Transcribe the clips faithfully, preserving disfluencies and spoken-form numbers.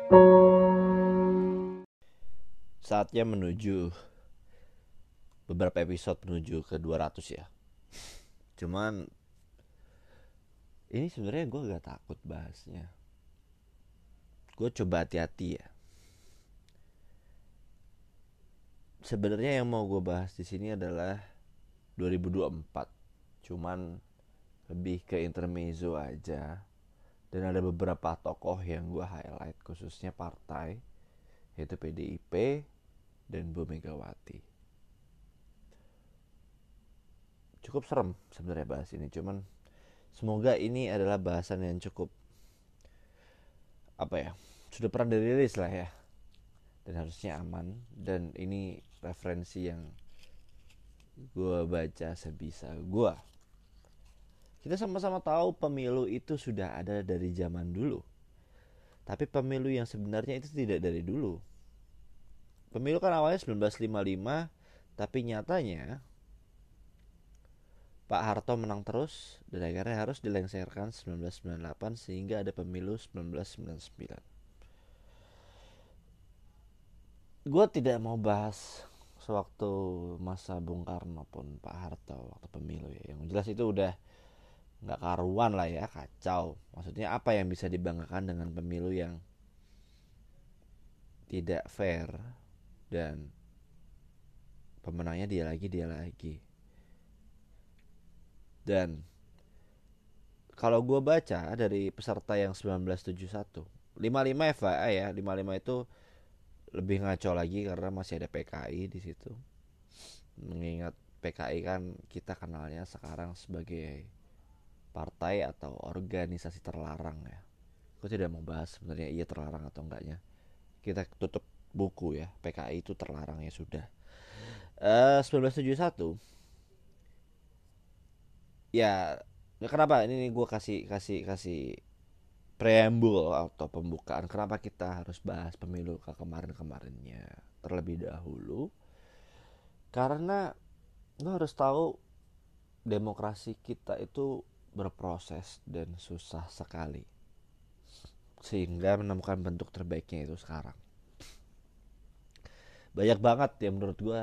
Saatnya menuju beberapa episode menuju ke dua ratus ya. Cuman ini sebenarnya gue gak takut bahasnya. Gue coba hati-hati ya. Sebenarnya yang mau gue bahas di sini adalah dua ribu dua puluh empat. Cuman lebih ke intermezzo aja. Dan ada beberapa tokoh yang gue highlight, khususnya partai, yaitu P D I P dan Bu Megawati. Cukup serem sebenarnya bahas ini, cuman semoga ini adalah bahasan yang cukup apa ya, sudah pernah dirilis lah ya, dan harusnya aman. Dan ini referensi yang gue baca sebisa gue. Kita sama-sama tahu pemilu itu sudah ada dari zaman dulu, tapi pemilu yang sebenarnya itu tidak dari dulu. Pemilu kan awalnya seribu sembilan ratus lima puluh lima, tapi nyatanya Pak Harto menang terus dan akhirnya harus dilengsarkan seribu sembilan ratus sembilan puluh delapan sehingga ada pemilu seribu sembilan ratus sembilan puluh sembilan. Gue tidak mau bahas sewaktu masa Bung Karno pun Pak Harto waktu pemilu ya. Yang jelas itu udah nggak karuan lah ya, kacau. Maksudnya apa yang bisa dibanggakan dengan pemilu yang tidak fair dan pemenangnya dia lagi dia lagi. Dan kalau gue baca dari peserta yang seribu sembilan ratus tujuh puluh satu, lima puluh lima F Y I ya, lima puluh lima itu lebih ngaco lagi karena masih ada P K I di situ. Mengingat P K I kan kita kenalnya sekarang sebagai partai atau organisasi terlarang ya. Gue tidak mau bahas sebenarnya iya terlarang atau enggaknya. Kita tutup buku ya, P K I itu terlarang ya sudah. Uh, seribu sembilan ratus tujuh puluh satu ya, kenapa ini gue kasih kasih kasih preambul atau pembukaan kenapa kita harus bahas pemilu ke kemarin-kemarinnya terlebih dahulu. Karena lo harus tahu demokrasi kita itu berproses dan susah sekali, sehingga menemukan bentuk terbaiknya itu sekarang. Banyak banget yang menurut gue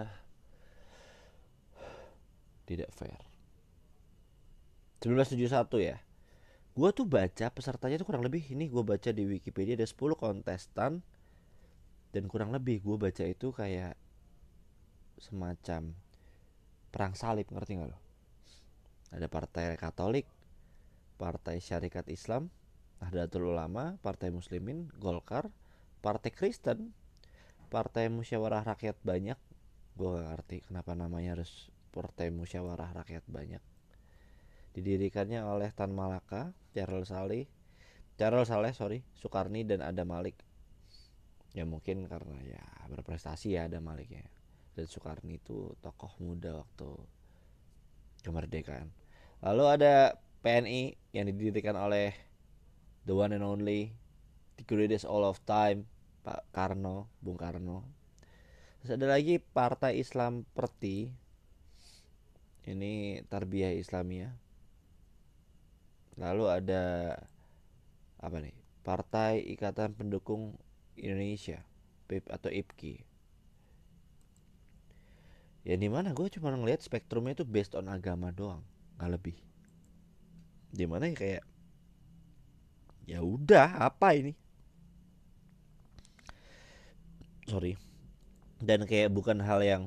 tidak fair. seribu sembilan ratus tujuh puluh satu ya, gue tuh baca pesertanya tuh kurang lebih, ini gue baca di Wikipedia ada sepuluh kontestan, dan kurang lebih gue baca itu kayak semacam perang salib, ngerti gak lo? Ada partai Katolik, Partai Syarikat Islam, Nahdlatul Ulama, Partai Muslimin, Golkar, Partai Kristen, Partai Musyawarah Rakyat Banyak. Gue gak ngerti kenapa namanya harus Partai Musyawarah Rakyat Banyak. Didirikannya oleh Tan Malaka, Charles Saleh, Charles Saleh sorry, Soekarni dan Adam Malik. Ya mungkin karena ya berprestasi ya Adam Malik ya. Dan Soekarni itu tokoh muda waktu kemerdekaan. Lalu ada P N I yang didirikan oleh the one and only, the greatest all of time, Pak Karno, Bung Karno. Terus ada lagi Partai Islam Perti, ini Tarbiyah Islamiyah. Lalu ada apa nih? Partai Ikatan Pendukung Indonesia, P I P atau I P K I. Ya di mana gue cuma ngelihat spektrumnya itu based on agama doang, nggak lebih. Di mana ya kayak ya udah apa ini? Sorry. Dan kayak bukan hal yang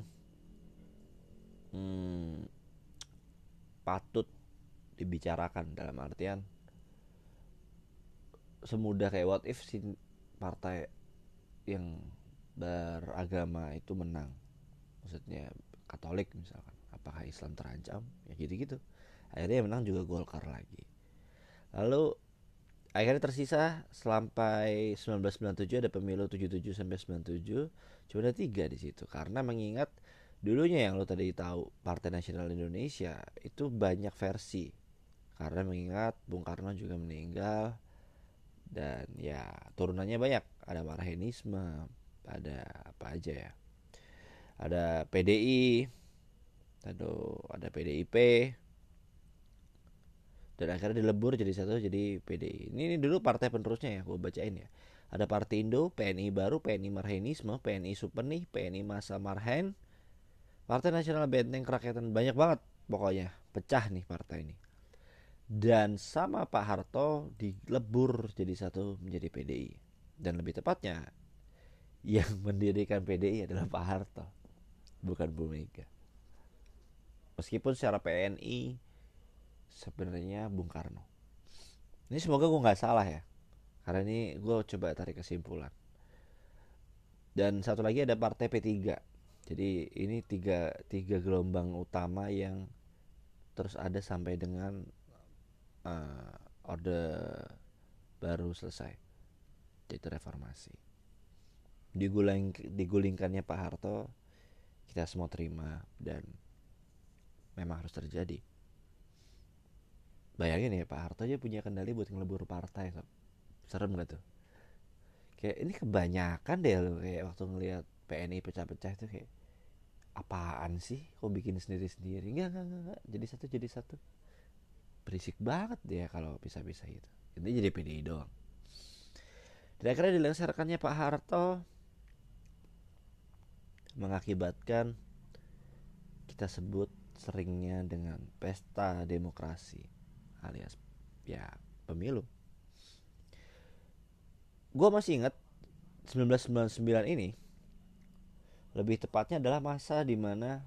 hmm, patut dibicarakan, dalam artian semudah kayak what if si partai yang beragama itu menang, maksudnya Katolik misalkan, apakah Islam terancam ya, gitu-gitu. Akhirnya yang menang juga Golkar lagi. Lalu akhirnya tersisa sampai seribu sembilan ratus sembilan puluh tujuh ada pemilu tujuh puluh tujuh sampai sembilan puluh tujuh, cuma ada tiga di situ. Karena mengingat dulunya yang lo tadi tahu Partai Nasional Indonesia itu banyak versi, karena mengingat Bung Karno juga meninggal dan ya turunannya banyak, ada Marahinisme, ada apa aja ya, ada P D I, aduh, ada P D I P, dan akhirnya dilebur jadi satu jadi P D I. Ini, ini dulu partai penerusnya ya, gue bacain ya. Ada Partindo, P N I Baru, P N I Marhenisme, P N I Supeni, P N I Masa Marhen, Partai Nasional Benteng Kerakyatan, banyak banget pokoknya. Pecah nih partai ini. Dan sama Pak Harto dilebur jadi satu menjadi P D I. Dan lebih tepatnya yang mendirikan P D I adalah Pak Harto, bukan Bu Mega. Meskipun secara P N I sebenarnya Bung Karno. Ini semoga gue nggak salah ya, karena ini gue coba tarik kesimpulan. Dan satu lagi ada partai P tiga. Jadi ini tiga, tiga gelombang utama yang terus ada sampai dengan uh, Orde Baru selesai, yaitu reformasi. Diguling, digulingkannya Pak Harto kita semua terima dan memang harus terjadi. Bayangin ya, Pak Harto aja punya kendali buat ngelebur partai. Serem gak tuh? Kayak ini kebanyakan deh lo, kayak waktu ngelihat P N I pecah-pecah itu kayak apaan sih? Kok bikin sendiri-sendiri? Enggak, enggak, enggak. Jadi satu, jadi satu. Berisik banget dia kalau bisa-bisa gitu. Ini jadi P D I doang. Dan akhirnya dilengsarkannya Pak Harto mengakibatkan kita sebut seringnya dengan pesta demokrasi alias ya pemilu. Gue masih ingat sembilan belas sembilan puluh sembilan ini, lebih tepatnya adalah masa dimana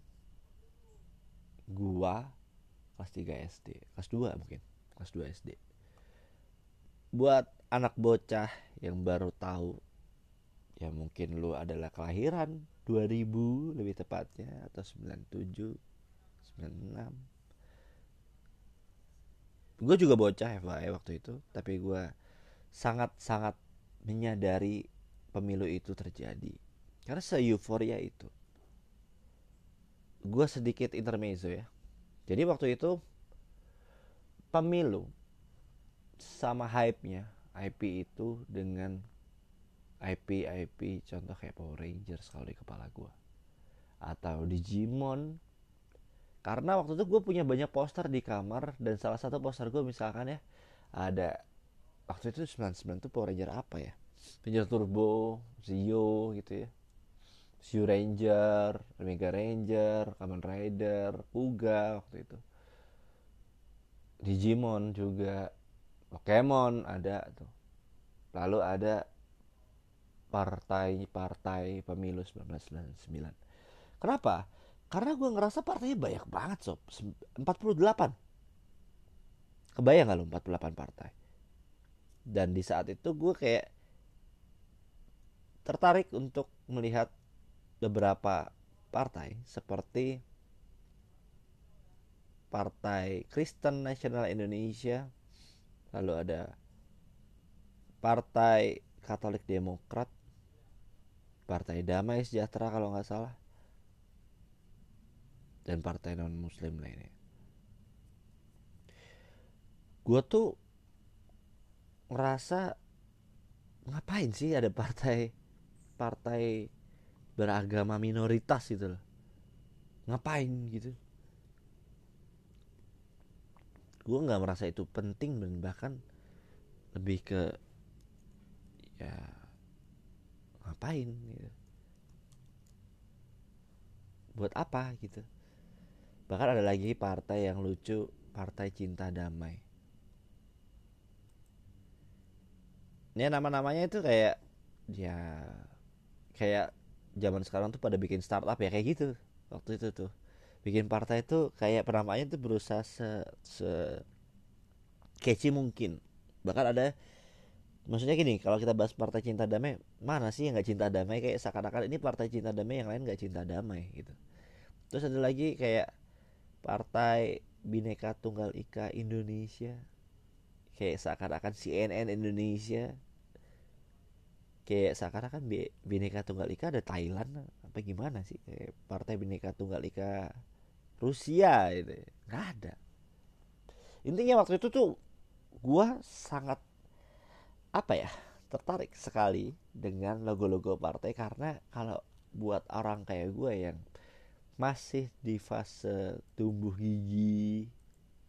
gua kelas tiga S D, kelas dua mungkin, kelas dua S D. Buat anak bocah yang baru tahu, ya mungkin lu adalah kelahiran dua ribu lebih tepatnya, atau sembilan puluh tujuh, sembilan puluh enam. Gue juga bocah F Y I waktu itu, tapi gue sangat-sangat menyadari pemilu itu terjadi. Karena se-euforia itu. Gue sedikit intermezzo ya. Jadi waktu itu pemilu sama hype-nya, I P itu dengan I P I P contoh kayak Power Rangers kalau di kepala gue, atau Digimon. Karena waktu itu gue punya banyak poster di kamar, dan salah satu poster gue misalkan ya ada waktu itu sembilan puluh sembilan tuh Power Ranger apa ya, Ranger Turbo, Zio gitu ya, Zio Ranger, Mega Ranger, Kamen Rider, Kuga waktu itu, Digimon juga, Pokemon ada tuh. Lalu ada partai-partai pemilu seribu sembilan ratus sembilan puluh sembilan. Kenapa? Karena gue ngerasa partainya banyak banget sob, empat puluh delapan. Kebayang gak lo empat puluh delapan partai? Dan di saat itu gue kayak tertarik untuk melihat beberapa partai seperti Partai Kristen Nasional Indonesia, lalu ada Partai Katolik Demokrat, Partai Damai Sejahtera kalau nggak salah, dan partai non muslim lainnya. Gue tuh ngerasa ngapain sih ada partai partai beragama minoritas gitu loh, ngapain gitu. Gue nggak merasa itu penting, dan bahkan lebih ke ya ngapain gitu, buat apa gitu. Bahkan ada lagi partai yang lucu, Partai Cinta Damai. Ini nama-namanya itu kayak ya kayak zaman sekarang tuh pada bikin startup ya kayak gitu. Waktu itu tuh bikin partai tuh kayak penamaannya tuh berusaha se, se catchy mungkin. Bahkan ada, maksudnya gini, kalau kita bahas Partai Cinta Damai, mana sih yang nggak cinta damai? Kayak seakan-akan ini Partai Cinta Damai, yang lain nggak cinta damai gitu. Terus ada lagi kayak Partai Bhinneka Tunggal Ika Indonesia, kayak seakan-akan C N N Indonesia, kayak seakan-akan Bhinneka Tunggal Ika ada Thailand apa gimana sih, kayak Partai Bhinneka Tunggal Ika Rusia gitu, nggak ada. Intinya waktu itu tuh gue sangat apa ya, tertarik sekali dengan logo-logo partai, karena kalau buat orang kayak gue yang masih di fase tumbuh gigi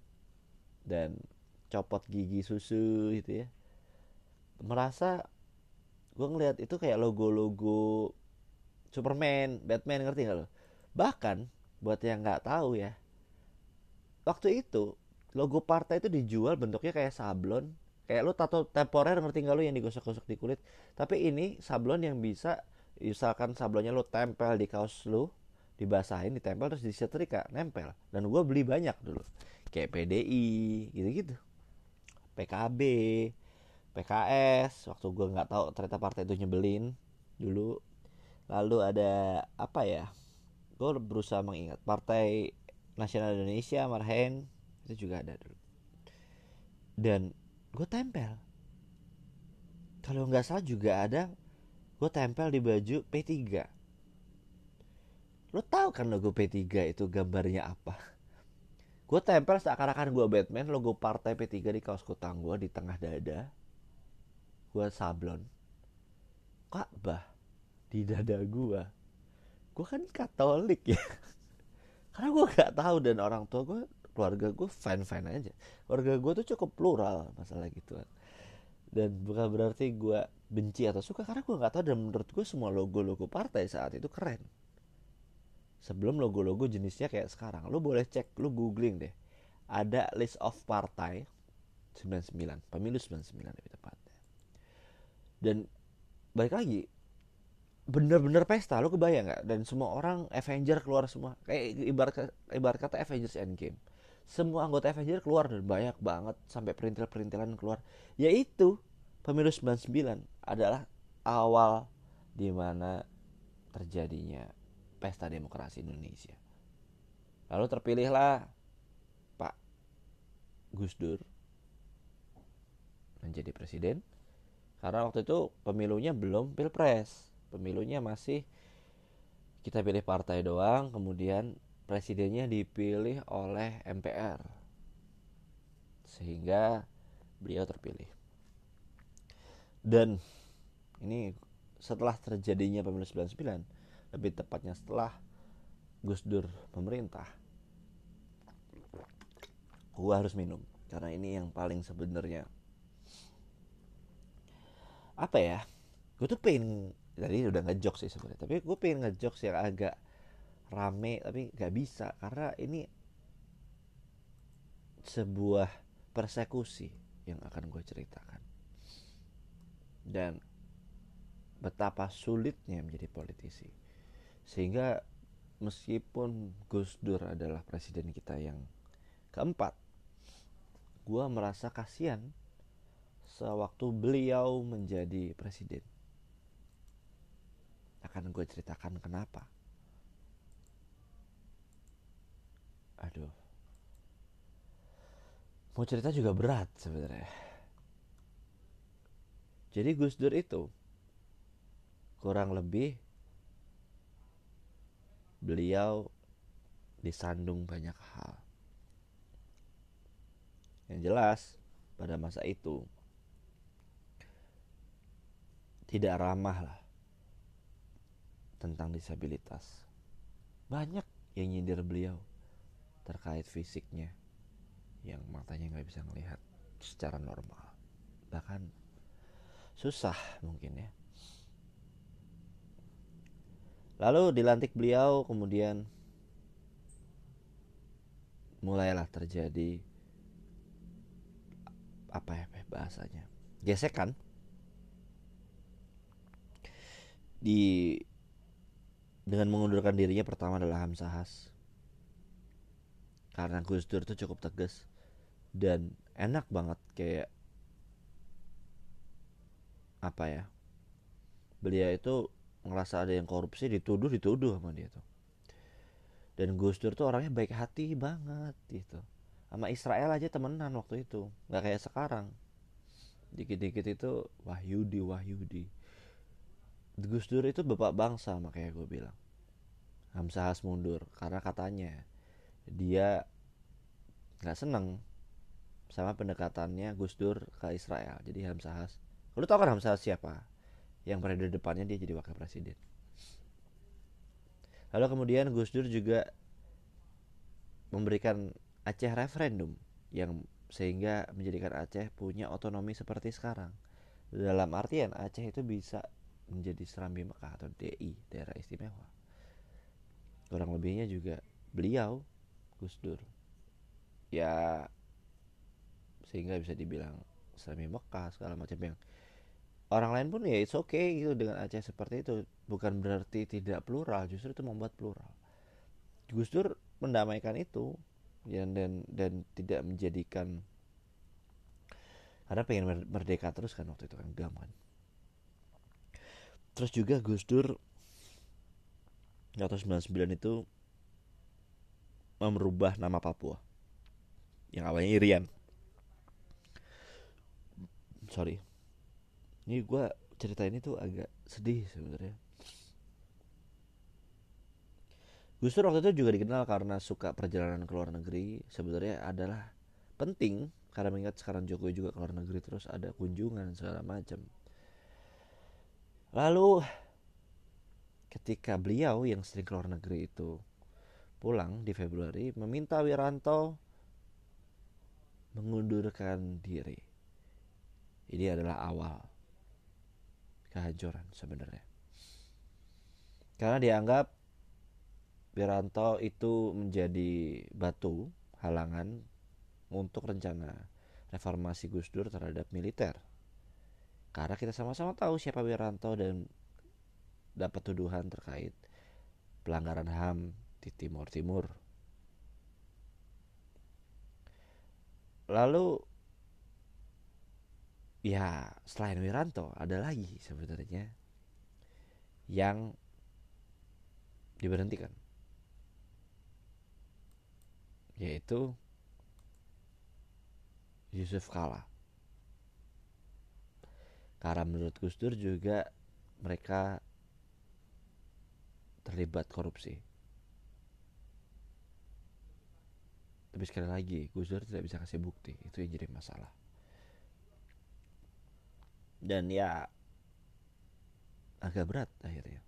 dan copot gigi susu gitu ya, merasa gue ngeliat itu kayak logo-logo Superman, Batman, ngerti nggak lo? Bahkan buat yang nggak tahu ya, waktu itu logo partai itu dijual bentuknya kayak sablon, kayak lo tato temporer, ngerti nggak lo, yang digosok-gosok di kulit. Tapi ini sablon yang bisa, misalkan sablonnya lo tempel di kaos lo, dibasahin, ditempel, terus disetrika nempel. Dan gue beli banyak dulu, kayak P D I gitu-gitu, P K B, P K S. Waktu gue nggak tahu ternyata partai itu nyebelin dulu. Lalu ada apa ya, gue berusaha mengingat, Partai Nasional Indonesia, Marhen, itu juga ada dulu. Dan gue tempel, kalau nggak salah juga ada, gue tempel di baju P tiga. Lo tau kan logo P tiga itu gambarnya apa? Gue tempel seakan-akan gue Batman, logo partai P tiga di kaos kutang gue, di tengah dada. Gue sablon Ka'bah di dada gue. Gue kan Katolik ya. Karena gue gak tahu, dan orang tua gue, keluarga gue fine fine aja. Keluarga gue tuh cukup plural masalah gituan. Dan bukan berarti gue benci atau suka, karena gue nggak tahu, dan menurut gue semua logo-logo partai saat itu keren. Sebelum logo-logo jenisnya kayak sekarang, lo boleh cek, lo googling deh, ada list of partai sembilan puluh sembilan, pemilu sembilan puluh sembilan lebih tepatnya. Dan balik lagi, bener-bener pesta, lo kebayang nggak? Dan semua orang Avenger keluar semua, kayak ibarat ibarat kata Avengers Endgame. Semua anggota Avenger keluar, dan banyak banget, sampai perintil-perintilan keluar. Yaitu pemilu sembilan puluh sembilan adalah awal dimana terjadinya pesta demokrasi Indonesia. Lalu terpilihlah Pak Gus Dur menjadi presiden. Karena waktu itu pemilunya belum pilpres, pemilunya masih kita pilih partai doang, kemudian presidennya dipilih oleh M P R, sehingga beliau terpilih. Dan ini setelah terjadinya pemilu sembilan puluh sembilan, lebih tepatnya setelah Gus Dur pemerintah. Gue harus minum karena ini yang paling sebenarnya apa ya, gue tuh pengen, tadi udah ngejok sih sebenarnya, tapi gue pengen ngejok yang agak rame tapi nggak bisa, karena ini sebuah persekusi yang akan gue ceritakan, dan betapa sulitnya menjadi politisi. Sehingga meskipun Gus Dur adalah presiden kita yang keempat, gue merasa kasihan sewaktu beliau menjadi presiden. Akan gue ceritakan kenapa. Aduh, mau cerita juga berat sebenarnya. Jadi Gus Dur itu kurang lebih beliau disandung banyak hal. Yang jelas pada masa itu tidak ramah lah tentang disabilitas. Banyak yang nyindir beliau terkait fisiknya, yang matanya nggak bisa ngelihat secara normal, bahkan susah mungkin ya. Lalu dilantik beliau, kemudian mulailah terjadi apa ya bahasanya, gesekan di dengan mengundurkan dirinya pertama adalah Hamzahas. Karena Gus Dur tuh cukup tegas dan enak banget, kayak apa ya, beliau itu ngerasa ada yang korupsi, dituduh dituduh sama dia tuh. Dan Gus Dur tuh orangnya baik hati banget gitu. Sama Israel aja temenan waktu itu, nggak kayak sekarang. Dikit-dikit itu Wahyudi Wahyudi. Gus Dur itu bapak bangsa, makanya gue bilang Hamzahas mundur karena katanya dia nggak seneng sama pendekatannya Gus Dur ke Israel. Jadi Hamzahas, lu tau kan Hamzahas siapa? Yang periode depannya dia jadi wakil presiden. Lalu kemudian Gus Dur juga memberikan Aceh referendum, yang sehingga menjadikan Aceh punya otonomi seperti sekarang. Dalam artian Aceh itu bisa menjadi Serambi Mekah atau D I, daerah istimewa. Kurang lebihnya juga beliau, Gus Dur, ya, sehingga bisa dibilang Serambi Mekah segala macam. Yang orang lain pun ya it's okay gitu dengan Aceh seperti itu. Bukan berarti tidak plural, justru itu membuat plural. Gus Dur mendamaikan itu, ya, dan dan tidak menjadikan, karena pengen merdeka terus kan waktu itu kan, gam kan. Terus juga Gus Dur tahun sembilan puluh sembilan itu merubah nama Papua yang awalnya Irian. Sorry, ini gue cerita ini tuh agak sedih sebenarnya. Gus Dur waktu itu juga dikenal karena suka perjalanan ke luar negeri. Sebenarnya adalah penting karena mengingat sekarang Jokowi juga ke luar negeri terus ada kunjungan segala macam. Lalu ketika beliau yang sering ke luar negeri itu pulang di Februari, meminta Wiranto mengundurkan diri. Ini adalah awal kehancuran sebenarnya. Karena dianggap Wiranto itu menjadi batu halangan untuk rencana reformasi Gus Dur terhadap militer. Karena kita sama-sama tahu siapa Wiranto dan dapat tuduhan terkait pelanggaran H A M di Timur Timur. Lalu ya selain Wiranto ada lagi sebenarnya yang diberhentikan, yaitu Yusuf Kala. Karena menurut Gus Dur juga mereka terlibat korupsi. Tapi sekali lagi Gus Dur tidak bisa kasih bukti, itu yang jadi masalah. Dan ya agak berat akhirnya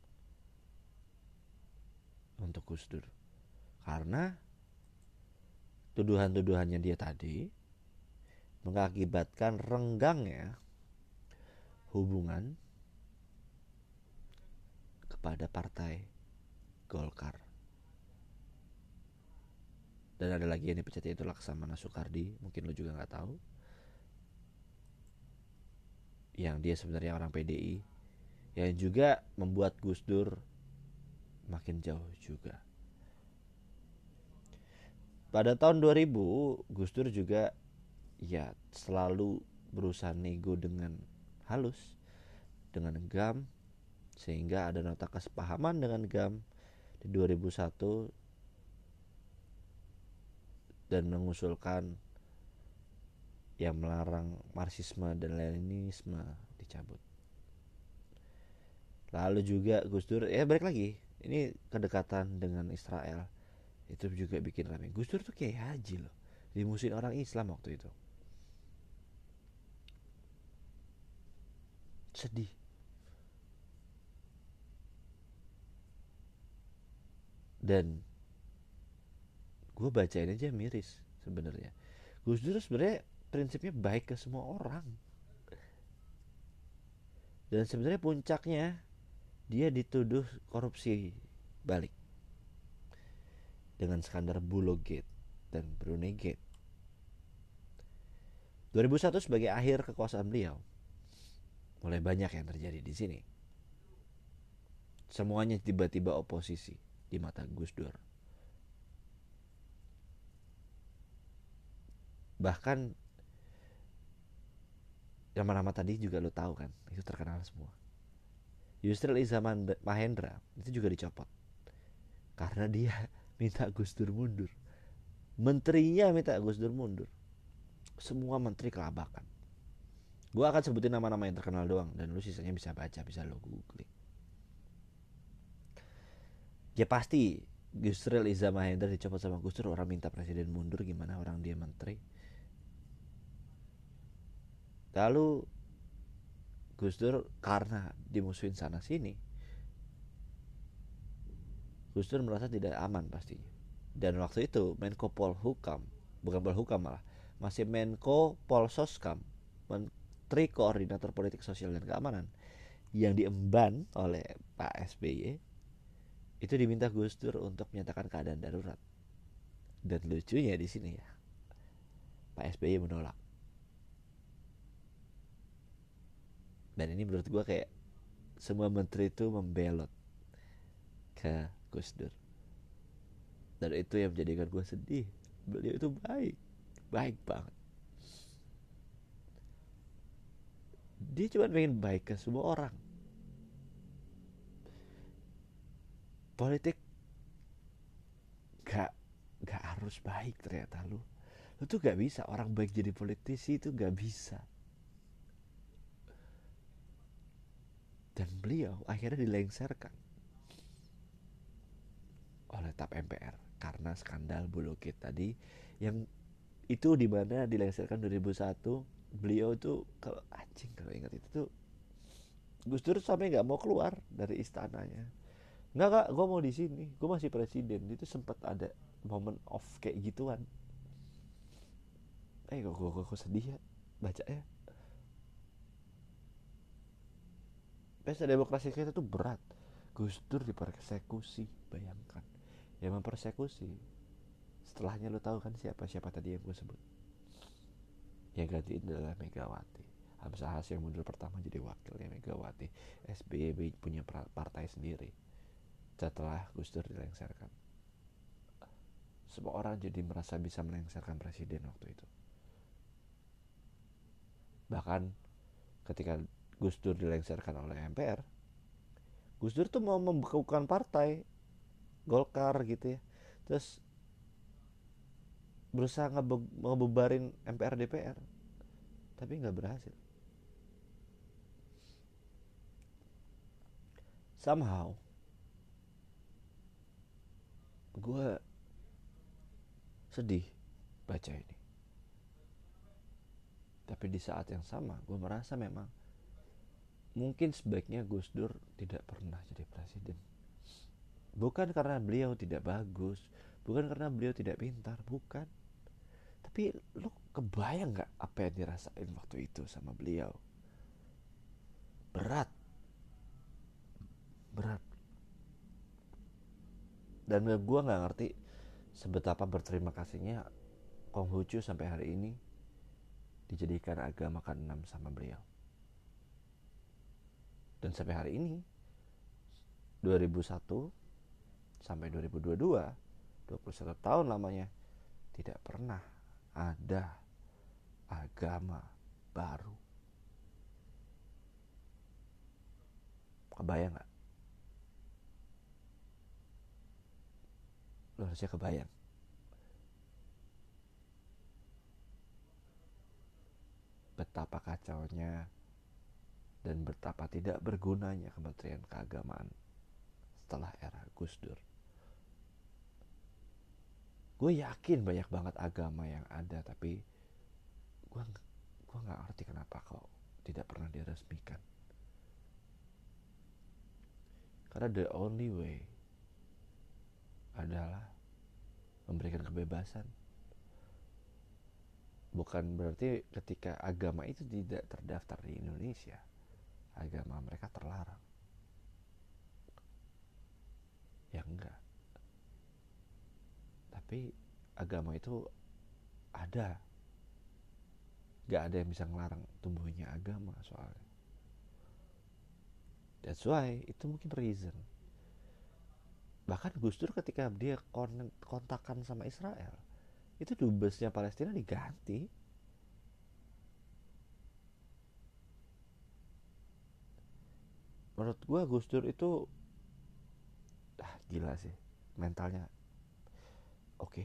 untuk Gus Dur, karena tuduhan-tuduhannya dia tadi mengakibatkan renggangnya hubungan kepada partai Golkar. Dan ada lagi yang dipecat, yaitu Laksamana Soekardi, mungkin lo juga nggak tahu, yang dia sebenarnya orang P D I, yang juga membuat Gus Dur makin jauh juga. Pada tahun dua ribu Gus Dur juga ya selalu berusaha nego dengan halus dengan G A M, sehingga ada nota kesepahaman dengan G A M di dua ribu satu dan mengusulkan yang melarang Marxisme dan Leninisme dicabut. Lalu juga Gus Dur ya balik lagi, ini kedekatan dengan Israel itu juga bikin rame. Gus Dur tuh kayak haji loh, dimusuhin orang Islam waktu itu. Sedih. Dan gue bacain aja miris sebenarnya. Gus Dur sebenarnya prinsipnya baik ke semua orang. Dan sebenarnya puncaknya dia dituduh korupsi balik dengan skandal Bulog Gate dan Brunei Gate. dua ribu satu sebagai akhir kekuasaan beliau, mulai banyak yang terjadi di sini. Semuanya tiba-tiba oposisi di mata Gus Dur. Bahkan nama-nama tadi juga lo tahu kan, itu terkenal semua. Yusril Iza Mahendra itu juga dicopot karena dia minta Gus Dur mundur. Menterinya minta Gus Dur mundur. Semua menteri kelabakan. Gue akan sebutin nama-nama yang terkenal doang, dan lu sisanya bisa baca, bisa lo googling. Ya pasti Yusril Iza Mahendra dicopot sama Gus Dur, orang minta presiden mundur, gimana orang dia menteri. Lalu Gus Dur karena dimusuhin sana sini, Gus Dur merasa tidak aman pastinya. Dan waktu itu Menko Polhukam, bukan Polhukam malah, masih Menko Polsoskam, Men- Menteri Koordinator Politik Sosial dan Keamanan yang diemban oleh Pak S B Y itu diminta Gus Dur untuk menyatakan keadaan darurat. Dan lucunya di sini ya, Pak S B Y menolak. Dan ini menurut gue kayak semua menteri itu membelot ke Gus Dur. Dan itu yang menjadikan gue sedih. Beliau itu baik, baik banget. Dia cuma pengen baik ke semua orang. Politik gak gak harus baik ternyata lu. Lu tuh gak bisa orang baik jadi politisi, itu gak bisa. Dan beliau akhirnya dilengsarkan oleh T A P M P R karena skandal Bulukit tadi, yang itu dimana dilengsarkan dua ribu satu. Beliau tuh kalau anjing kalau ingat itu tuh Gus Dur sampai nggak mau keluar dari istananya. Nggak kak, gue mau di sini, gue masih presiden. Itu sempat ada momen off kayak gituan. Eh kok gue kok sedih ya baca ya. Pesta demokrasi kita tuh berat. Gus Dur dipersekusi, bayangkan. Ya mempersekusi. Setelahnya lo tahu kan siapa siapa tadi yang gue sebut. Yang gantiin adalah Megawati. Hamzah Has yang mundur pertama jadi wakilnya Megawati. S B Y punya partai sendiri setelah Gus Dur dilengsarkan. Semua orang jadi merasa bisa melengsarkan presiden waktu itu. Bahkan ketika Gus Dur dilengsarkan oleh M P R, Gus Dur tuh mau membekukan partai Golkar gitu ya, terus berusaha ngebe- ngebubarin M P R D P R, tapi nggak berhasil. Somehow gue sedih baca ini, tapi di saat yang sama gue merasa memang mungkin sebaiknya Gus Dur tidak pernah jadi presiden. Bukan karena beliau tidak bagus, bukan karena beliau tidak pintar, bukan. Tapi lo kebayang gak apa yang dirasain waktu itu sama beliau? Berat. Berat. Dan gue gak ngerti sebetapa berterima kasihnya Konghucu sampai hari ini dijadikan agama keenam sama beliau. Dan sampai hari ini dua ribu satu sampai dua ribu dua puluh dua, dua puluh satu tahun lamanya, tidak pernah ada agama baru. Kebayang gak? Lo harusnya kebayang. Betapa kacaunya dan betapa tidak bergunanya Kementerian Keagamaan setelah era Gus Dur. Gue yakin banyak banget agama yang ada, tapi gue gue nggak ngerti kenapa kok tidak pernah diresmikan. Karena the only way adalah memberikan kebebasan. Bukan berarti ketika agama itu tidak terdaftar di Indonesia, agama mereka terlarang. Ya enggak. Tapi agama itu ada. Gak ada yang bisa ngelarang tumbuhnya agama soalnya. That's why itu mungkin reason. Bahkan Gus Dur ketika dia kontakan sama Israel, itu dubesnya Palestina diganti. Menurut gue Gus Dur itu ah, gila sih mentalnya. Oke okay.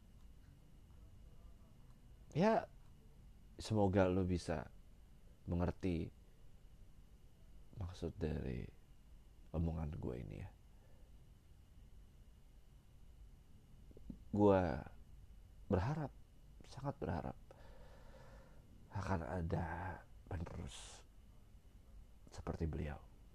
Ya semoga lo bisa mengerti maksud dari omongan gue ini ya. Gue berharap, sangat berharap akan ada penerus seperti beliau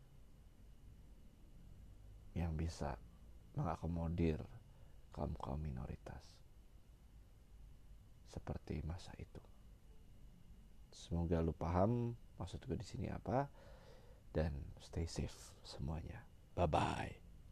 yang bisa mengakomodir kaum-kaum minoritas seperti masa itu. Semoga lu paham maksud gue di sini apa, dan stay safe semuanya. Bye bye.